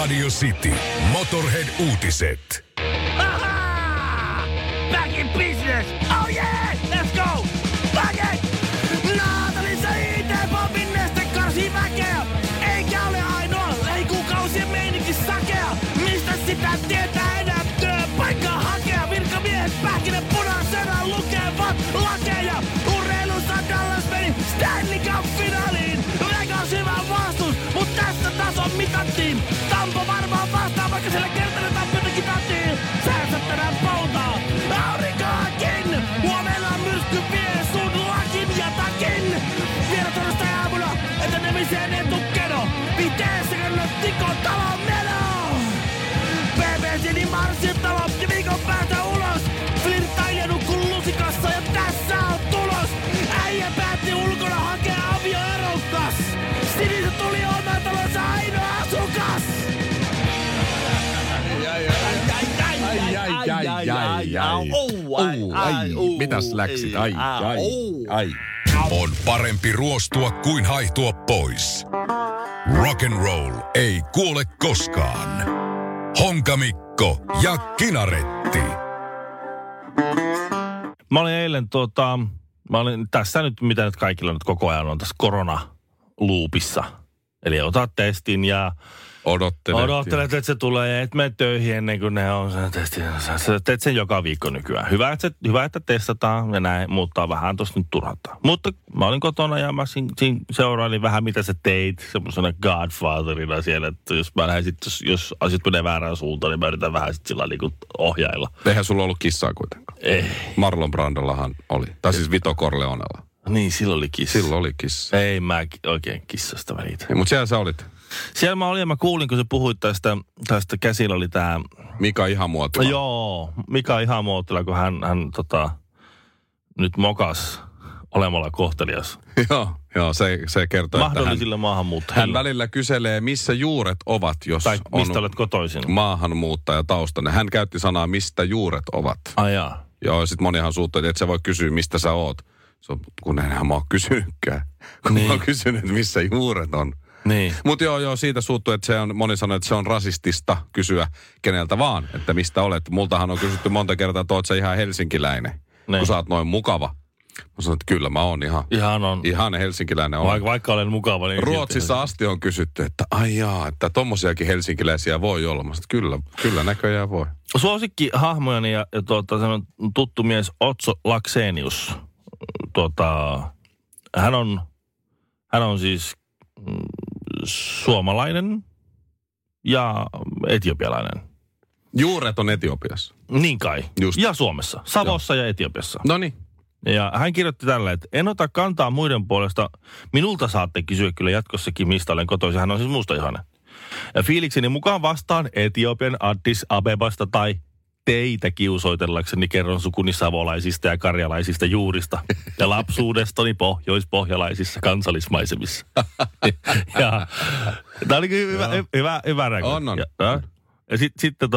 Radio City. Motorhead-uutiset. Back in business! Oh yeah! Let's go! Back it! Naatalissa IT-pompin neste karsii väkeä! Eikä ole ainoa leikuukausien meininki sakea! Mistä sitä tietää enää työpaikkaa hakea? Virkamiehet pähkinä punaisena lukevat lakeja! Urheilussa Dallas meni Stanley Cup-finaaliin! Vegas hyvä vastus, mut tässä tason mitattiin! Tampo varmaan vastaa, vaikka siellä kertainen tappioita kitattiin! Säästät tänään poutaa! Aurinkoakin! Huomenna myrsky vie sun lakin ja takin! Vielä torstai-aamuna, että nemiseen ei tuu keno! Piteessä kannattiko talon meno! BBC:n marssitalo ja viikon päästä ulos! Flirttailija nukkuu lusikassa ja tässä on tulos! Äijä päätti ulkona hakea avioerokas! Siniset tuli oman talonsa ainoa asukas! Mitäs läksit? Ai. On parempi ruostua kuin haihtua pois. Rock and roll ei kuole koskaan. Honkamikko ja Kinaretti. Mä olin eilen tässä nyt, mitä nyt kaikilla nyt koko ajan on tässä koronaluupissa. Eli otat testin ja odottelet, että se tulee ja et mene töihin ennen kuin ne on sen testin. Sä teet sen joka viikko nykyään. Hyvä, että testataan ja näin, mutta vähän tossa nyt turhataan. Mutta mä olin kotona ja mä siinä seurailin vähän, mitä sä teit. Semmoisena Godfatherina siellä, että jos mä lähden sitten, jos asiat menee väärään suuntaan, niin mä yritän vähän sitten sillä niin kuin ohjailla. Eihän sulla ollut kissaa kuitenkaan. Ei. Marlon Brandollahan oli. Tai siis Vito Corleonella. Niin, silloin oli kissa. Silloin oli kissa. Ei mä oikein kissasta välitä. Mutta siellä sä olit. Siellä mä olin ja mä kuulin, kun sä puhuit tästä käsillä oli tää... Mika Ihamuotila. Joo, Mika Ihamuotila, kun hän nyt mokas olemalla kohtelias. Joo, se kertoo, mahdollisille maahanmuuttajille. Hän välillä kyselee, missä juuret ovat, jos tai mistä olet kotoisin. Maahanmuuttajataustainen. Hän käytti sanaa, mistä juuret ovat. Ai jaa. Joo, sit monihan suuttui, että et sä voi kysyä, mistä sä oot. Kun enhän mä oon kysynytkään. Kun mä oon kysynyt, missä juuret on. Niin. Mutta joo, siitä suuttuu, että moni sanoo, että se on rasistista kysyä keneltä vaan, että mistä olet. Multahan on kysytty monta kertaa, että oot sä ihan helsinkiläinen, kun sä oot noin mukava. Mä sanon, että kyllä mä oon ihan helsinkiläinen. Vaikka olen mukava. Niin Ruotsissa asti on kysytty, että ai jaa, että tommosiakin helsinkiläisiä voi olla. Mä sanon, että kyllä näköjään voi. Suosikkihahmojani ja tuttu mies Otso Laksenius. Hän on siis suomalainen ja etiopialainen. Juuret on Etiopiassa. Niin kai. Just. Ja Suomessa. Savossa ja Etiopiassa. Noniin. Ja hän kirjoitti tällä, että en ota kantaa muiden puolesta. Minulta saatte kysyä kyllä jatkossakin, mistä olen kotoisin. Hän on siis musta ihanen. Ja fiilikseni mukaan vastaan Etiopian Addis Abebasta tai teitä kiusoitellakseni kerron sukuni savolaisista ja karjalaisista juurista ja lapsuudestani pohjoispohjalaisissa kansallismaisemissa. Ja tämä oli hyvä reago. On. Ja sitten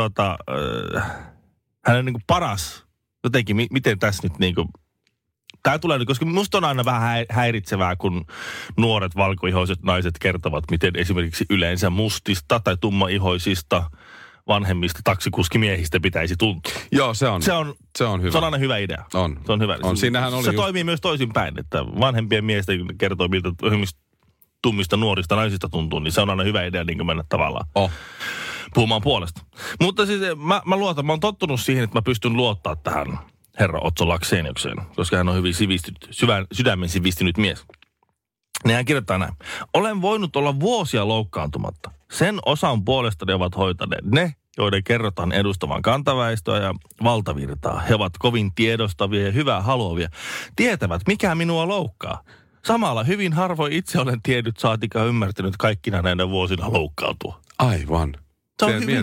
hänen niinku paras, jotenkin, miten tässä nyt niinku, tämä tulee, koska musta on aina vähän häiritsevää, kun nuoret valkoihoiset naiset kertovat, miten esimerkiksi yleensä mustista tai tummaihoisista vanhemmista taksikuskimiehistä pitäisi tuntua. Joo, se on hyvä. Se on aina hyvä idea. On. Se on hyvä. Siinähän oli se toimii myös toisinpäin, että vanhempien miestä kertoo, miltä tummista nuorista naisista tuntuu, niin se on aina hyvä idea niin mennä tavallaan puhumaan puolesta. Mutta siis mä oon tottunut siihen, että mä pystyn luottaa tähän herra Otso Lakseniukseen, koska hän on hyvin sydämen sivistynyt mies. Niin hän kirjoittaa näin. Olen voinut olla vuosia loukkaantumatta. Sen osan puolestani ovat hoitaneet ne, joiden kerrotaan edustavan kantaväestöä ja valtavirtaa. He ovat kovin tiedostavia ja hyvää haluavia. Tietävät, mikä minua loukkaa. Samalla hyvin harvoin itse olen tiennyt saatika ymmärtänyt kaikkina näinä vuosina loukkaantua. Aivan. Se on hyvin,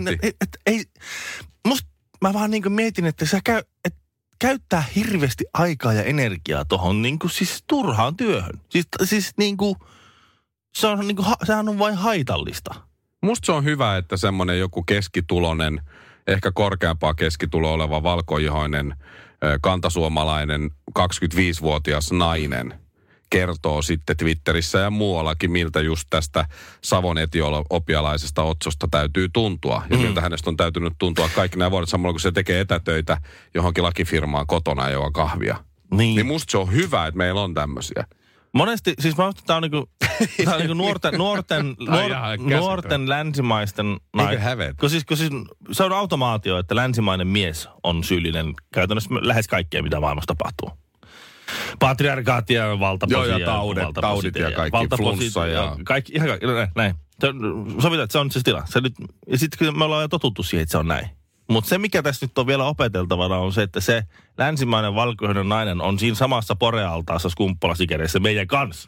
mä vaan niin kuin mietin, että käyttää hirveästi aikaa ja energiaa tohon niin kuin siis turhaan työhön. Siis niin kuin, sehän on vain haitallista. Musta se on hyvä, että semmoinen joku keskituloinen, ehkä korkeampaa keskitulo oleva valkoihoinen, kantasuomalainen 25-vuotias nainen kertoo sitten Twitterissä ja muuallakin, miltä just tästä Savon etiopialaisesta Otsosta täytyy tuntua. Ja miltä hänestä on täytynyt tuntua kaikki nämä vuodet samalla, kun se tekee etätöitä johonkin lakifirmaan kotona ja juo kahvia. Niin musta se on hyvä, että meillä on tämmöisiä. Monesti, siis mä tämä on niinku nuorten länsimaisten... Eikö hävetä? Kun siis se on automaatio, että länsimainen mies on syyllinen käytännössä lähes kaikkea, mitä maailmassa tapahtuu. Patriarkaatia, valtaposia. Joo, ja taudit ja kaikki, flunssa ja... Kaikki, ihan näin. Sovitaan, että se on se tila. Ja sitten me ollaan jo totuttu siihen, että se on näin. Mutta se, mikä tässä nyt on vielä opeteltavana, on se, että se länsimainen valkoinen nainen on siinä samassa porealtaassa skumppalasikädessä meidän kanssa.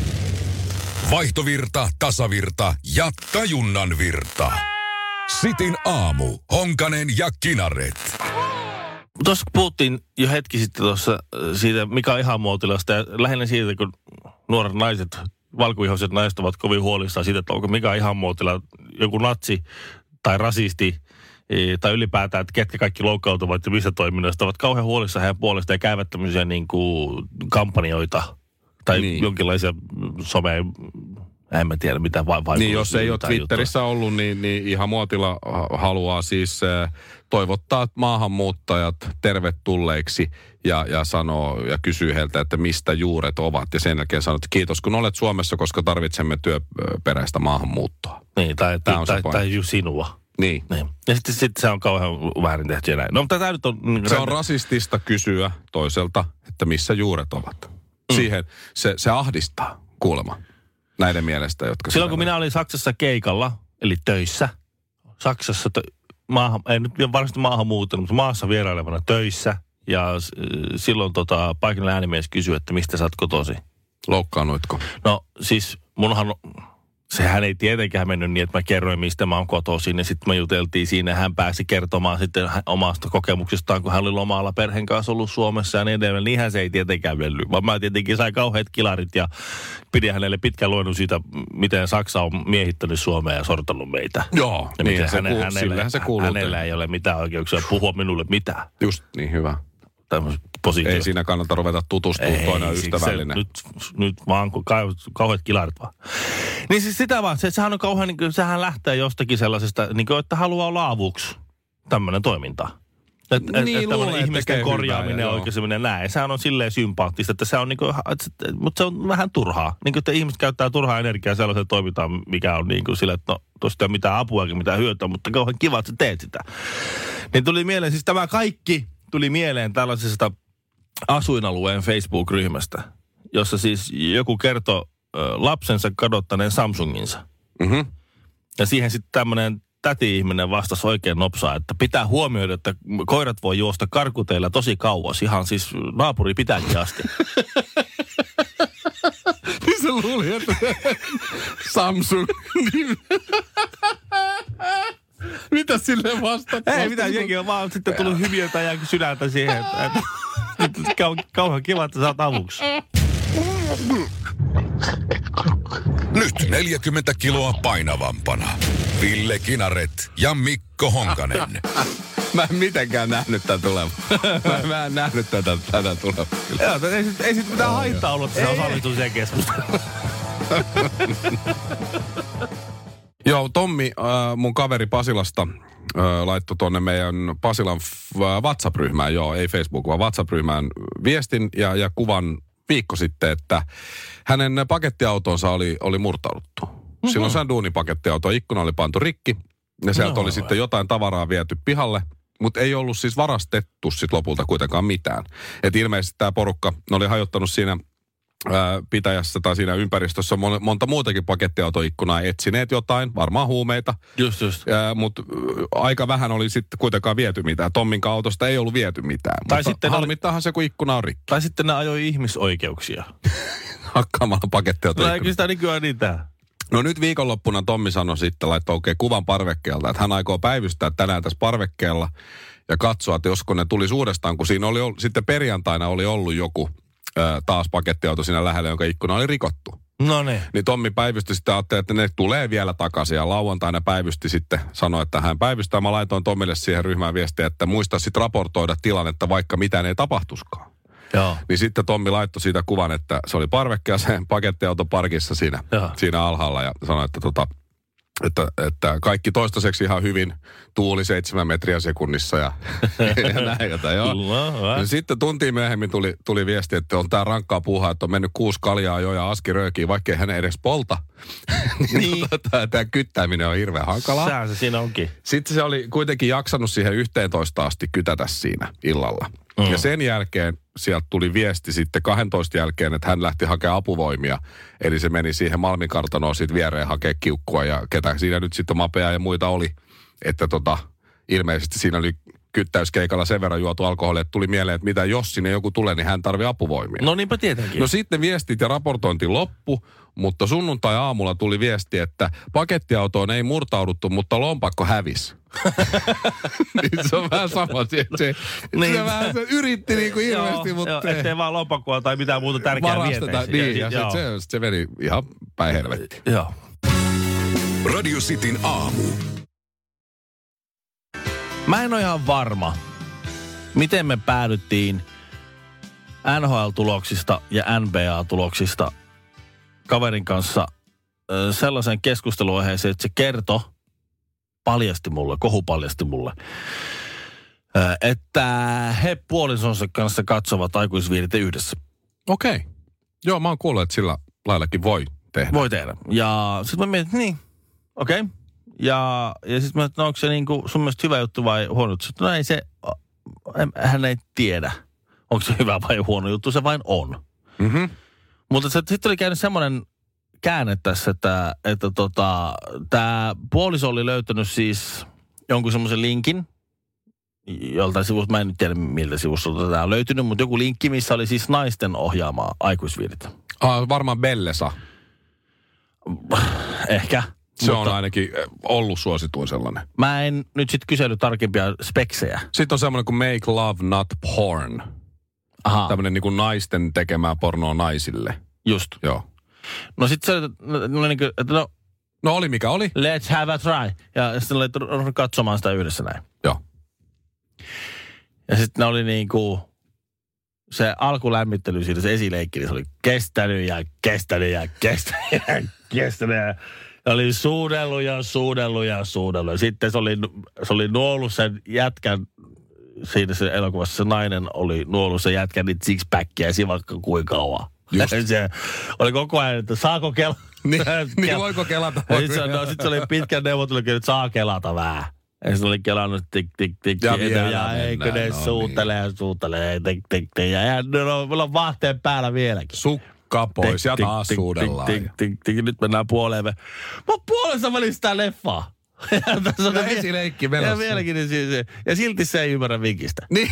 Vaihtovirta, tasavirta ja tajunnan virta. Sitin aamu. Honkanen ja Kinaret. Tuossa puhuttiin jo hetki sitten tuossa siitä Mika Ihamuotilasta ja lähinnä siitä, kun nuoret naiset, valkoihoiset naiset ovat kovin huolissaan siitä, että onko Mika Ihamuotila joku natsi tai rasisti tai ylipäätään, että ketkä kaikki loukkautuvat ja missä toiminnasta ovat kauhean huolissaan heidän puolestaan ja käyvät tämmöisiä niin kuin kampanjoita tai jonkinlaisia en mä tiedä mitä vaikutuksia. Niin, jos ei ole Twitterissä juttua ollut, niin Ihamuotila haluaa siis toivottaa maahanmuuttajat tervetulleiksi ja sanoo ja kysyy heiltä, että mistä juuret ovat. Ja sen jälkeen sanoo, että kiitos kun olet Suomessa, koska tarvitsemme työperäistä maahanmuuttoa. Niin, tai sinua. Niin. Ja sitten se on kauhean väärin tehty ja näin. No, mutta tämä nyt on... Se on rasistista kysyä toiselta, että missä juuret ovat. Siihen se ahdistaa kuulemma näiden mielestä, jotka... Silloin kun minä olin Saksassa keikalla, eli töissä, Saksassa, ei nyt varsinaisesti maahan muuttanut, mutta maassa vierailevana töissä, ja silloin paikallinen äänimies kysyi, että mistä sä oot kotosi. Loukkaannuitko? No siis munhan... Sehän ei tietenkään mennyt niin, että mä kerroin, mistä mä oon kotoisin. Ja sitten me juteltiin siinä ja hän pääsi kertomaan sitten omasta kokemuksestaan, kun hän oli lomalla perheen kanssa ollut Suomessa ja niin edelleen. Niinhän se ei tietenkään mennyt. Vaan mä tietenkin sain kauheat kilarit ja pidin hänelle pitkän luennon siitä, miten Saksa on miehittänyt Suomea ja sortanut meitä. Joo, ja niin se kuuluu. Hänellä ei ole mitään oikeuksia puhua minulle mitään. Just niin, hyvä. Ei siinä kannata ruveta tutustumaan, toinen ystävällinen. Nyt vaan kauheat kilarit vaan. Niin siis sitä vaan, sehän on kauhean, niin kuin, sehän lähtee jostakin sellaisesta, niin kuin, että haluaa olla avuksi tämmöinen toiminta. Niin, luulen, ihmisten korjaaminen ja oikein semmoinen näin. Sehän on silleen sympaattista, että se on niin kuin, mutta se on vähän turhaa. Niin kuin, että ihmiset käyttää turhaa energiaa sellaiseen toimintaan, mikä on niin kuin sille, että no tuosta ei ole mitään apua eikä mitään hyötyä, mutta kauhean kiva, että sä teet sitä. Niin tuli mieleen, siis tämä kaikki tuli mieleen tällaisesta asuinalueen Facebook-ryhmästä, jossa siis joku kertoi lapsensa kadottaneen Samsunginsa. Mm-hmm. Ja siihen sitten tämmöinen täti-ihminen vastasi oikein nopsaa, että pitää huomioida, että koirat voi juosta karkuteilla tosi kauas. Ihan siis naapuri pitääkin asti. Niin se luuli, että Samsung. Mitä silleen vastaat? Ei mitään, jenkin on vaan sitten tullut hymiötä ja sydäntä siihen, että kauhean kiva, että sä oot avuksi. Nyt 40 kiloa painavampana. Ville Kinaret ja Mikko Honkanen. Mä en mitenkään nähnyt tätä tulevan. Mä en nähnyt tätä tulevan. Joo, ei sit mitään haittaa ollut, että se osallistuu siihen keskusteluun. Joo, Tommi, mun kaveri Pasilasta, laittoi tuonne meidän Pasilan WhatsApp-ryhmään, ei Facebook, vaan WhatsApp-ryhmään viestin ja kuvan viikko sitten, että hänen pakettiautonsa oli murtauduttu. Mm-hmm. Silloin sen duunipakettiauto, ikkuna oli pantu rikki ja sieltä oli sitten jotain tavaraa viety pihalle, mutta ei ollut siis varastettu sit lopulta kuitenkaan mitään. Et ilmeisesti tämä porukka oli hajottanut siinä pitäjässä tai siinä ympäristössä monta muutakin pakettiautoikkunaa, etsineet jotain, varmaan huumeita. Just. Mutta aika vähän oli sitten kuitenkaan viety mitään. Tommin autosta ei ollut viety mitään. Tai mutta sitten harmittaahan se, kun ikkuna on rikki. Tai sitten ne ajoi ihmisoikeuksia. Hakkaamalla pakettiautoikkunaa. No eikö sitä nykyään niitä? No nyt viikonloppuna Tommi sanoi sitten, laittoi kuvan parvekkeelta, että hän aikoo päivystää tänään tässä parvekkeella ja katsoa, että josko ne tulisi uudestaan, kun siinä oli sitten perjantaina oli ollut joku taas pakettiauto siinä lähellä, jonka ikkuna oli rikottu. No niin. Niin Tommi päivysti sitten, ajatteli, että ne tulee vielä takaisin. Ja lauantaina päivysti sitten, sanoi, että hän päivystää. Mä laitoin Tommille siihen ryhmään viestiä, että muista sitten raportoida tilannetta, vaikka mitään ei tapahtuskaan. Joo. Niin sitten Tommi laittoi siitä kuvan, että se oli parvekkeaseen pakettiauton parkissa siinä alhaalla ja sanoi, että kaikki toistaiseksi ihan hyvin, tuuli 7 metriä sekunnissa ja näin jotain, joo. Ja sitten tuntia myöhemmin tuli viesti, että on tää rankkaa puuhaa, että on mennyt 6 kaljaa jo ja Aski röökiin, vaikkei hän edes polta. niin. Tämä kyttääminen on hirveän hankalaa. Sehän se siinä onkin. Sitten se oli kuitenkin jaksanut siihen 11 asti kytätä siinä illalla. Ja sen jälkeen sieltä tuli viesti sitten 12 jälkeen, että hän lähti hakemaan apuvoimia. Eli se meni siihen Malminkartanoon sitten viereen hakea kiukkua ja ketä siinä nyt sitten Mapea ja muita oli. Että ilmeisesti siinä oli kyttäyskeikalla sen verran juotu alkoholia, että tuli mieleen, että mitä jos sinne joku tulee, niin hän tarvii apuvoimia. No niinpä tietenkin. No sitten viestit ja raportointi loppu, mutta sunnuntai-aamulla tuli viesti, että pakettiautoon ei murtauduttu, mutta lompakko hävisi. Niin se on vähän sama. Se yritti niin kuin hirveästi, mutta... ettei vaan lompakkoa tai mitään muuta tärkeää vieteisiä. Niin, ja se meni ihan päin helvettiin. Joo. Radio Cityn aamu. Mä en ole ihan varma, miten me päädyttiin NHL-tuloksista ja NBA-tuloksista kaverin kanssa sellaisen keskusteluaiheeseen, että se kohu paljasti mulle, että he puolisonsa kanssa katsovat aikuisviihdettä yhdessä. Okei. Joo, mä oon kuullut, että sillä laillakin voi tehdä. Voi tehdä. Ja sit mä mietin, että niin, okei. Ja sitten mä että no, onko se niinku sun mielestä hyvä juttu vai huono juttu? No ei se, hän ei tiedä, onko se hyvä vai huono juttu, se vain on. Mm-hmm. Mutta sitten oli käynyt semmoinen käänne tässä, että tämä puoliso oli löytänyt siis jonkun semmoisen linkin, joltain sivusta, mä en nyt tiedä miltä sivusta tämä on löytynyt, mutta joku linkki, missä oli siis naisten ohjaamaa aikuisviihdettä. Varmaan Bellesa. Ehkä. Se on ainakin ollut suosituin sellainen. Mä en nyt sitten kysellyt tarkempia speksejä. Sitten on semmoinen kuin Make Love Not Porn. Aha. Tämmöinen niin kuin naisten tekemää pornoa naisille. Just. Joo. No sitten se oli niin kuin, että no oli mikä oli. Let's have a try. Ja sitten oli katsomaan sitä yhdessä näin. Joo. Ja sitten ne oli niin kuin, se alkulämmittely siinä, se esileikki, niin se oli kestänyt. Ja oli suudellut. Sitten se oli nuollut sen jätkän, siinä se elokuvassa se nainen oli nuollut sen jätkän niitä six-packia ja vaikka kuinka kauan. Se oli koko ajan, että saako kelata? Niin voiko kelata? Sitten se oli pitkän neuvottelukin, että saa kelata vähän. Ja sitten oli kelannut tik. Ja eikö ne suutelee, tik. Ja meillä on vaahteen päällä vieläkin. Sukka pois ja taas suudellaan. Nyt mennään puoleen. Mä oon puolessa välissä tää leffaa. Ja esileikki menossa. Ja vieläkin, ja silti se ei ymmärrä vinkistä. Niin.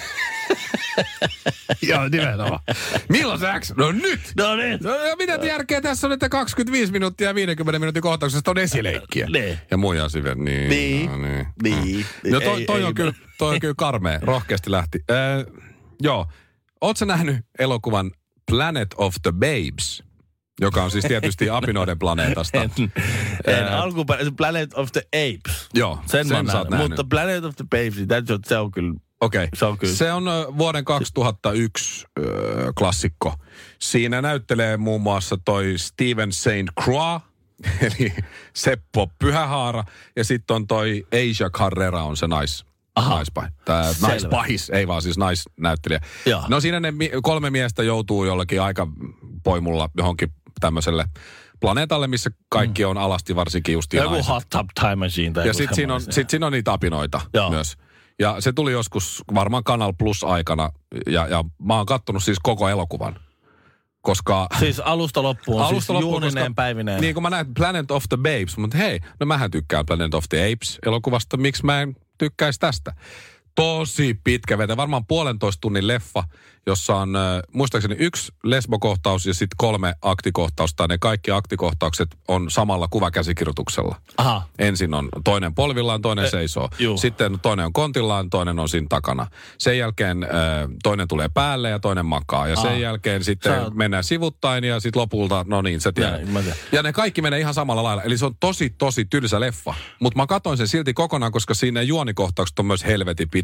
Joo, nimenomaan. Milloin se action? No nyt! No nyt! No, mitä järkeä tässä on, että 25 minuuttia ja 50 minuutin kohtauksesta on esileikkiä? Ne. Ja muija sive, niin. No toi on kyllä karmea. Rohkeasti lähti. Joo. Ootko sä nähnyt elokuvan Planet of the Babes? Joka on siis tietysti apinoiden planeetasta. En alkuperäisen Planet of the Apes. Joo, sen sä oot nähnyt. Mutta Planet of the Babes, se on kyllä... Okei. Se on vuoden 2001 klassikko. Siinä näyttelee muun muassa toi Steven St. Croix, eli Seppo Pyhähaara, ja sitten on toi Asia Carrera on se naispahis, ei vaan siis naisnäyttelijä. Joo. No siinä ne 3 miestä joutuu jollakin aikapoimulla johonkin tämmöiselle planeetalle, missä kaikki on alasti, varsinkin just joku naiset. Hot Tub Time Machine. Tai ja sitten siinä on niitä apinoita myös. Ja se tuli joskus varmaan Canal Plus aikana, ja mä oon kattonut siis koko elokuvan. Koska... Siis alusta loppuun, siis juunineen päivineen. Niin, kun mä näen Planet of the Babes, mutta hei, no mähän tykkään Planet of the Apes elokuvasta, miksi mä en tykkäisi tästä? Tosi pitkä vetä, varmaan 1,5 tunnin leffa, jossa on muistaakseni 1 lesbokohtaus ja sitten 3 aktikohtausta. Ne kaikki aktikohtaukset on samalla kuvakäsikirjoituksella. Aha. Ensin on toinen polvillaan, toinen seisoo. Sitten toinen on kontillaan, toinen on siinä takana. Sen jälkeen toinen tulee päälle ja toinen makaa. Ja sen jälkeen sitten mennään sivuttain ja sitten lopulta, no niin, sä tiedät. Ja ne kaikki menee ihan samalla lailla. Eli se on tosi tylsä leffa. Mutta mä katsoin sen silti kokonaan, koska siinä juonikohtaukset on myös helvetin pitkä.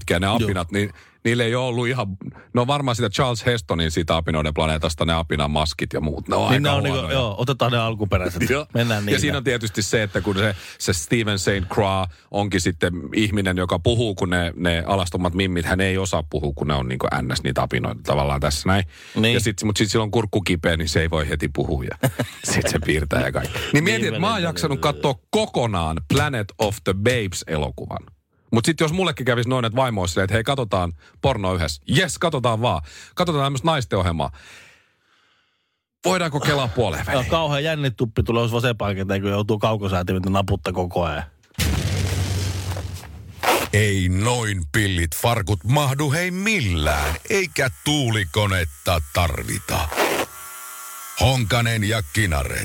pitkään ne apinat, niin niille ei ole ollut ihan, ne on varmaan sitä Charles Hestonin siitä apinoiden planeetasta ne apinan maskit ja muut. Ne on niin aika ne on joo, otetaan ne alkuperäiset. Mennään niillä. Ja siinä on tietysti se, että kun se Stephen St. Croix onkin sitten ihminen, joka puhuu, kun ne alastomat mimmit, hän ei osaa puhua, kun ne on niin kuin ns. Niitä apinoita tavallaan tässä näin. Niin. Mutta sitten sillä on kurkku kipeä, niin se ei voi heti puhua ja sitten se piirtää ja kaikki. Niin mietin, että mä oon jaksanut katsoa kokonaan Planet of the Babes-elokuvan. Mutta sitten jos mullekin kävisi noin, että vaimo olisi silleen, että hei, katsotaan porno yhdessä. Jes, katsotaan vaan. Katsotaan tämmöistä naisten ohjelmaa. Voidaanko kelaa puoleen väliin? Kauhean jännituppi tulee, jos vasempaan käteen, kun joutuu kaukosäätimet naputta koko ajan. Ei noin pillit farkut mahdu hei millään, eikä tuulikonetta tarvita. Honkanen ja Kinaret.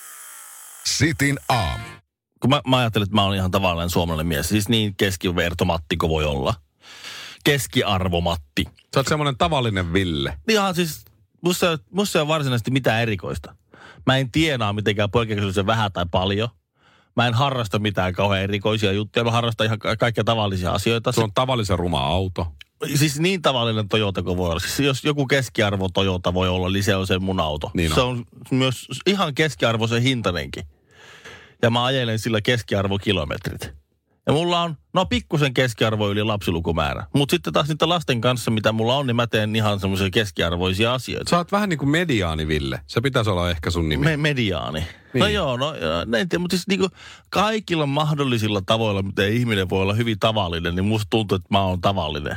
Sitin aamu. Kun mä ajattelin, että mä oon ihan tavallinen suomalainen mies. Siis niin keskivertomatti kuin voi olla. Keskiarvomatti. Sä oot semmoinen tavallinen Ville. Ihan siis, musta ei ole varsinaisesti mitään erikoista. Mä en tienaa mitenkään poikkeuksellisen vähän tai paljon. Mä en harrasta mitään kauhean erikoisia juttuja. Mä harrastan ihan kaikkia tavallisia asioita. Se on tavallisen ruma auto. Siis niin tavallinen Toyota kuin voi olla. Siis jos joku keskiarvo Toyota voi olla, niin se on se mun auto. Niin se on myös ihan keskiarvoisen hintainenkin. Ja mä ajelen sillä keskiarvokilometrit. Ja mulla on, pikkusen keskiarvo yli lapsilukumäärä. Mutta sitten taas niiden lasten kanssa, mitä mulla on, niin mä teen ihan semmoisia keskiarvoisia asioita. Sä oot vähän niin kuin mediaani, Ville. Se pitäisi olla ehkä sun nimi. Mediaani. Niin. No joo, en tiedä, mutta siis niinku kaikilla mahdollisilla tavoilla, miten ihminen voi olla hyvin tavallinen, niin musta tuntuu, että mä oon tavallinen.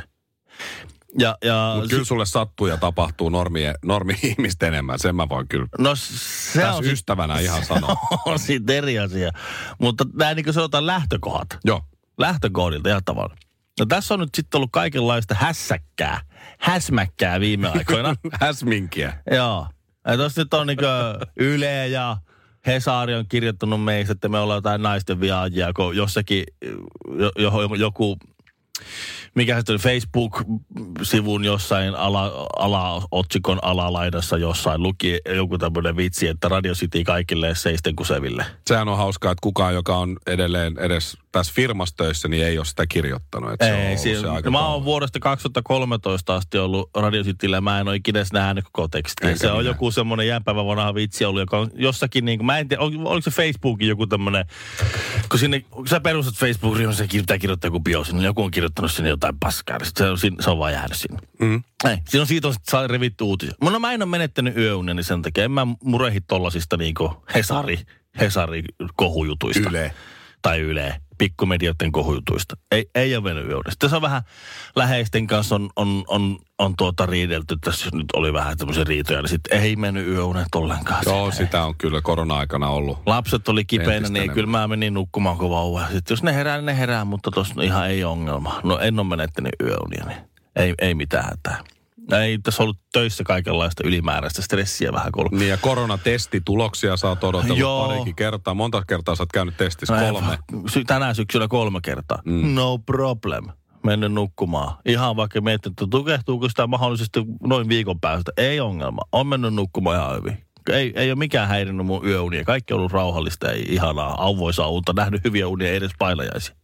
Mutta kyllä sulle sattuu ja tapahtuu normi-ihmistä enemmän, sen mä voin kyllä se tässä on ystävänä ihan sanoa. On siitä eri asia. Mutta nämä niin kuin sanotaan lähtökohdat. Joo. Lähtökohdilta ihan tavalla. No tässä on nyt sitten ollut kaikenlaista häsmäkkää viime aikoina. Häsminkiä. Joo. Ja tuossa nyt on niin kuin Yle ja Hesari on kirjoittanut meistä, että me ollaan jotain naisten viaajia, kun jossakin joku... Mikä se oli Facebook-sivun jossain otsikon alalaidassa jossain luki joku tämmöinen vitsi, että Radio City kaikille seisten kuseville. Sehän on hauskaa, että kukaan, joka on edelleen edes tässä firmassa töissä, niin ei ole sitä kirjoittanut. Että mä oon vuodesta 2013 asti ollut Radio Cityllä ja mä en ole ikinä edes nähnyt koko tekstiä. Se on joku semmoinen jääpäivän vanha vitsi ollut, joka on jossakin niin kuin, mä en tiedä, oliko se Facebookin joku tämmöinen, kun sä perustat Facebookin, se pitää kirjoittaa joku bio sinne, joku on kirjoittanut sinne jotain paskaa, se on vaan jäänyt sinne. Siinä on revitty uutisia. Mä en ole menettänyt yöunia, niin sen takia en mä murehi tollasista niinku Hesari kohujutuista. Yle. Pikkumedioiden kohujutuista. Ei ole mennyt yöunia. Sitten se on vähän läheisten kanssa on riidelty. Tässä nyt oli vähän tämmöisiä riitoja, niin sitten ei mennyt yöunet ollenkaan. Joo, sitä on kyllä korona-aikana ollut. Lapset oli kipeänä, niin kyllä mä menin nukkumaan kuin vauva. Sitten jos ne herää, niin ne herää, mutta tuossa ihan ei ongelma. No en ole menettänyt yöunia, niin ei mitään hätää. Ei tässä ollut töissä kaikenlaista ylimääräistä stressiä vähän kolme. Niin ja koronatestituloksia sä oot odotellut parikin kertaa. Monta kertaa sä oot käynyt testissä? 3. Tänään syksyllä 3 kertaa. No problem. Mennyt nukkumaan. Ihan vaikka miettii, että tukehtuuko sitä mahdollisesti noin viikon päästä. Ei ongelma. On mennyt nukkumaan ihan hyvin. Ei ole mikään häirinnyt mun yöunia. Kaikki on ollut rauhallista ja ihanaa. Auvoisaa unta. Nähnyt hyviä unia edes painajaisia.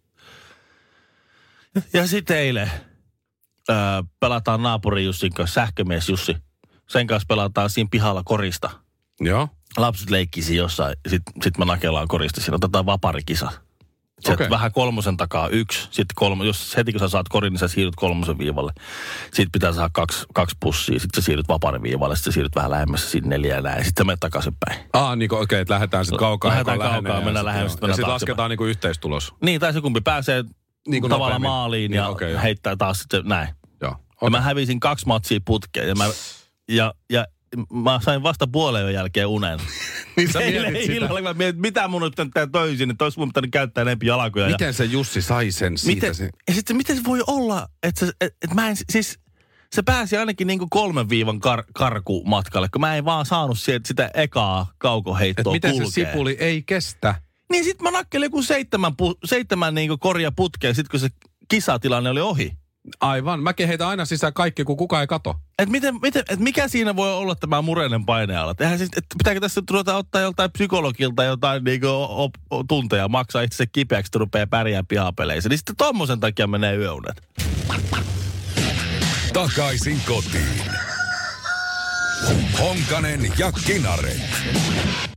Ja sitten eilen pelataan naapuri Jussin kanssa, sähkömies Jussi. Sen kanssa pelataan siinä pihalla korista. Joo. Lapset leikkisi jossain, sit mä nakellaan korista. Siinä otetaan vaparikisa. Sieltä vähän 3 takaa 1, sitten 3, jos heti kun sä saat korin, niin sä siirryt 3 viivalle. Sitten pitää saada 2 pussia, sitten sä siirryt vaparen viivalle, sitten sä siirryt vähän lähemmässä sinne 4 ja näin, sitten sä menet takaisinpäin. Niin okei, että lähdetään sitten kaukaa. Lähdetään kaukaa, mennään lähemmäs. Ja sitten lasketaan niinku yhteistulos. Niin, tai se kumpi pääsee niin tavallaan maaliin ja heittää taas sitten näin. Joo. Ja mä hävisin 2 matsia putkeen ja mä sain vasta puolen jälkeen unen. Niin sä mietit sitä. Mä mietin, mitä mun nyt tää toisin, että olisi mun pitänyt käyttää enempi jalkoja. Miten se Jussi sai sen siitä? Miten se voi olla, että mä en, siis se pääsi ainakin niinku 3 viivan karkumatkalle, kun mä en vaan saanut sitä ekaa kaukoheittoa miten kulkea. Se sipuli ei kestä? Niin sit mä nakkelin joku 7 niinku korja putkeen, sit kun se kisatilanne oli ohi. Aivan. Mäkin heitän aina sisään kaikki, kun kukaan ei kato. että mikä siinä voi olla tämä mureinen paineala? Pitääkö tässä ruveta ottaa joltain psykologilta jotain tunteja, maksaa itse kipeäksi, että rupeaa pärjää pihapeleissä. Niin sitten tommosen takia menee yöunet. Takaisin kotiin. Honkanen ja Kinaret.